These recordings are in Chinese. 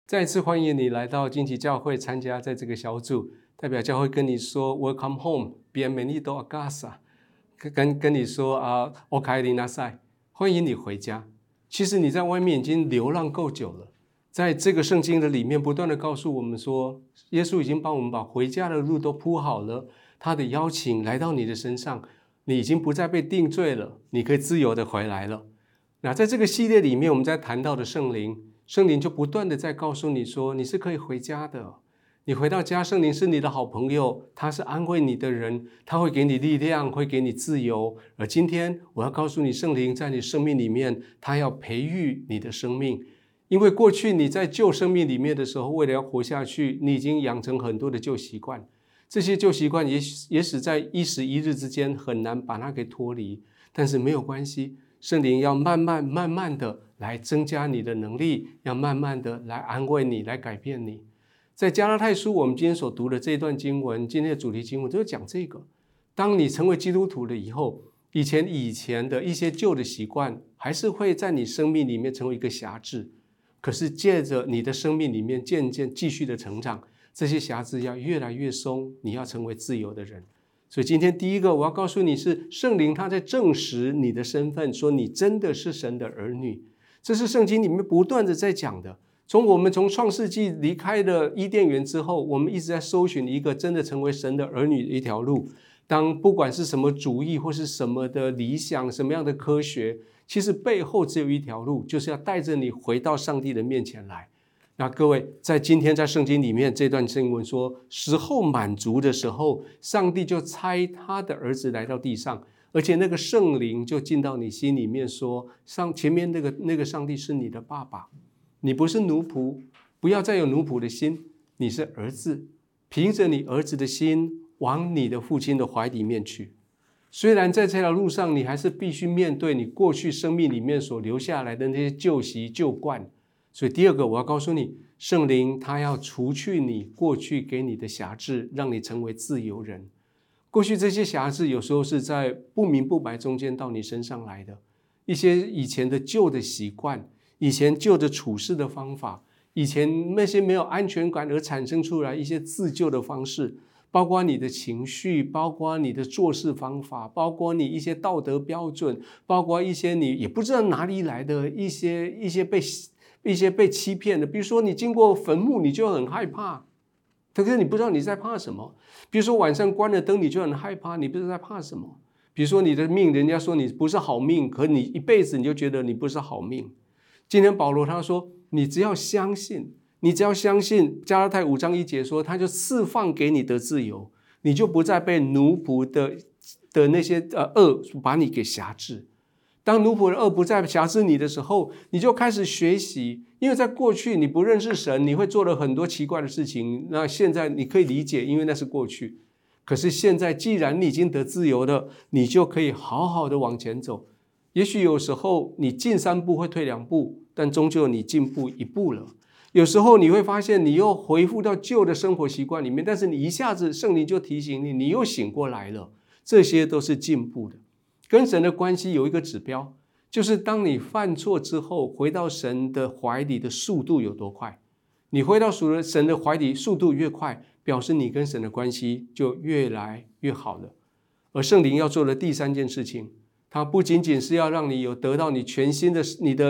再一次欢迎你来到惊奇教会参加在这个小组，代表教会跟你说 Welcome home, bienvenido a casa， 跟你说o k a e r i nasai， 欢迎你回家。其实你在外面已经流浪够久了，在这个圣经的里面不断的告诉我们说，耶稣已经帮我们把回家的路都铺好了，他的邀请来到你的身上，你已经不再被定罪了，你可以自由的回来了。那在这个系列里面，我们在谈到的圣灵就不断的在告诉你说，你是可以回家的。你回到家，圣灵是你的好朋友，他是安慰你的人，他会给你力量，会给你自由。而今天我要告诉你，圣灵在你生命里面，他要培育你的生命。因为过去你在旧生命里面的时候，为了要活下去，你已经养成很多的旧习惯，这些旧习惯也使在一时一日之间很难把它给脱离。但是没有关系，圣灵要慢慢的来增加你的能力，要慢慢的来安慰你，来改变你。在加拉太书我们今天所读的这一段经文，今天的主题经文就是讲这个，当你成为基督徒了以后，以前的一些旧的习惯还是会在你生命里面成为一个辖制，可是借着你的生命里面渐渐继续的成长，这些辖制要越来越松，你要成为自由的人。所以今天第一个我要告诉你是，圣灵他在证实你的身份，说你真的是神的儿女。这是圣经里面不断的在讲的。我们从创世纪离开了伊甸园之后，我们一直在搜寻一个真的成为神的儿女的一条路。当不管是什么主义或是什么的理想，什么样的科学，其实背后只有一条路，就是要带着你回到上帝的面前来。那各位，在今天在圣经里面这段经文说，时候满足的时候，上帝就差他的儿子来到地上，而且那个圣灵就进到你心里面说，前面那个上帝是你的爸爸，你不是奴仆，不要再有奴仆的心，你是儿子，凭着你儿子的心往你的父亲的怀里面去。虽然在这条路上你还是必须面对你过去生命里面所留下来的那些旧习旧惯，所以第二个我要告诉你，圣灵他要除去你过去给你的辖制，让你成为自由人。过去这些辖制有时候是在不明不白中间到你身上来的，一些以前的旧的习惯，以前旧的处事的方法，以前那些没有安全感而产生出来一些自救的方式，包括你的情绪，包括你的做事方法，包括你一些道德标准，包括一些你也不知道哪里来的一些被欺骗的。比如说你经过坟墓你就很害怕，可是你不知道你在怕什么。比如说晚上关了灯你就很害怕，你不知道在怕什么。比如说你的命，人家说你不是好命，可你一辈子你就觉得你不是好命。今天保罗他说，你只要相信加拉太5章1节说，他就释放给你的自由，你就不再被奴仆的那些恶把你给辖制。当奴仆的恶不再辖制你的时候，你就开始学习。因为在过去你不认识神，你会做了很多奇怪的事情，那现在你可以理解，因为那是过去。可是现在既然你已经得自由了，你就可以好好的往前走。也许有时候你进3步会退2步，但终究你进步1步了。有时候你会发现你又回复到旧的生活习惯里面，但是你一下子圣灵就提醒你，你又醒过来了。这些都是进步的。跟神的关系有一个指标，就是当你犯错之后，回到神的怀里的速度有多快。你回到神的怀里速度越快，表示你跟神的关系就越来越好了。而圣灵要做的第3件事情，它不仅仅是要让你有得到你全新的你的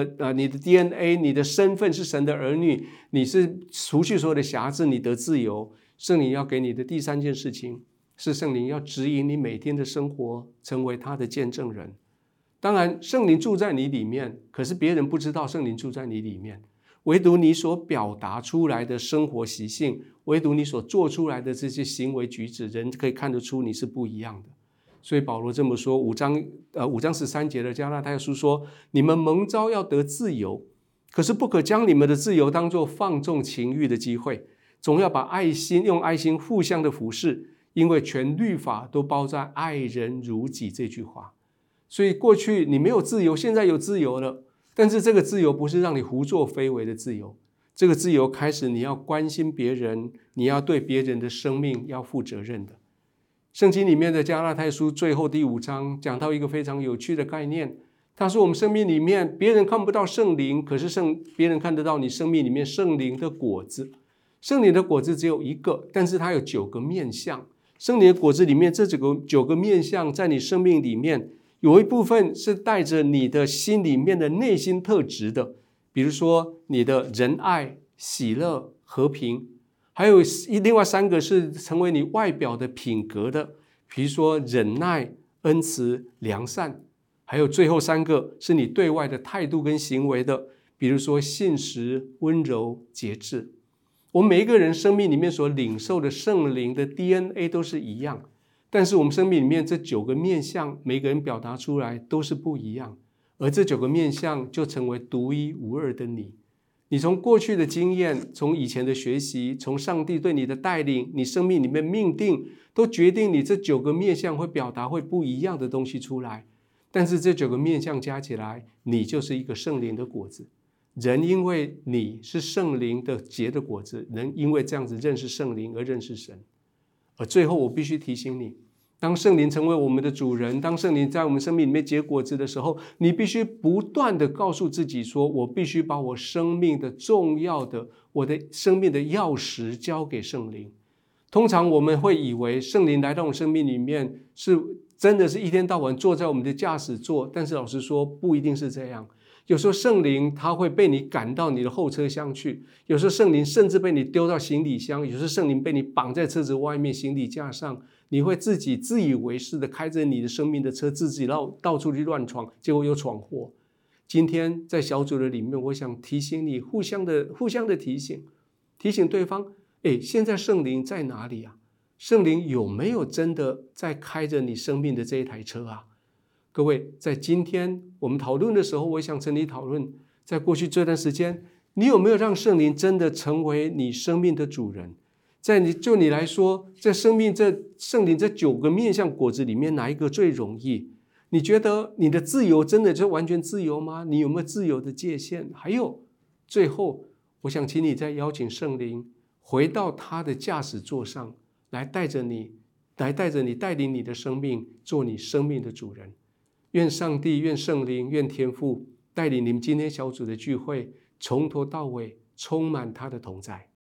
DNA， 你的身份是神的儿女，你是除去所有的辖制，你得自由。圣灵要给你的第3件事情，是圣灵要指引你每天的生活，成为他的见证人。当然圣灵住在你里面，可是别人不知道圣灵住在你里面，唯独你所表达出来的生活习性，唯独你所做出来的这些行为举止，人可以看得出你是不一样的。所以保罗这么说，5章13节的加拉太书说，你们蒙召要得自由，可是不可将你们的自由当作放纵情欲的机会，总要把用爱心互相的服侍，因为全律法都包在爱人如己这句话。所以过去你没有自由，现在有自由了，但是这个自由不是让你胡作非为的自由，这个自由开始你要关心别人，你要对别人的生命要负责任的。圣经里面的加拉太书最后第5章讲到一个非常有趣的概念， 他说我们生命里面别人看不到圣灵，可是别人看得到你生命里面圣灵的果子。圣灵的果子只有一个，但是它有9个面向。圣灵的果子里面这9个面向在你生命里面，有一部分是带着你的心里面的内心特质的，比如说你的仁爱、喜乐、和平，还有另外3个是成为你外表的品格的，比如说忍耐、恩慈、良善，还有最后3个是你对外的态度跟行为的，比如说信实、温柔、节制。我们每一个人生命里面所领受的圣灵的 DNA 都是一样，但是我们生命里面这9个面向，每个人表达出来都是不一样，而这9个面向就成为独一无二的你。你从过去的经验，从以前的学习，从上帝对你的带领，你生命里面命定，都决定你这9个面向会表达会不一样的东西出来。但是这9个面向加起来，你就是一个圣灵的果子。人因为你是圣灵的结的果子，人因为这样子认识圣灵而认识神。而最后我必须提醒你，当圣灵成为我们的主人，当圣灵在我们生命里面结果子的时候，你必须不断的告诉自己说，我必须把我生命的重要的，我的生命的钥匙交给圣灵。通常我们会以为圣灵来到我们生命里面是真的是一天到晚坐在我们的驾驶座，但是老实说不一定是这样。有时候圣灵他会被你赶到你的后车厢去，有时候圣灵甚至被你丢到行李箱，有时候圣灵被你绑在车子外面行李架上，你会自己自以为是的开着你的生命的车，自己到处去乱闯，结果又闯祸。今天在小组的里面，我想提醒你，互相的提醒对方，现在圣灵在哪里啊？圣灵有没有真的在开着你生命的这一台车啊？各位，在今天我们讨论的时候，我想跟你讨论，在过去这段时间，你有没有让圣灵真的成为你生命的主人？就你来说，在圣灵这9个面向果子里面，哪一个最容易？你觉得你的自由真的就完全自由吗？你有没有自由的界限？还有，最后，我想请你再邀请圣灵回到他的驾驶座上，来带着你带领你的生命，做你生命的主人。愿上帝，愿圣灵，愿天父带领你们今天小组的聚会，从头到尾充满他的同在。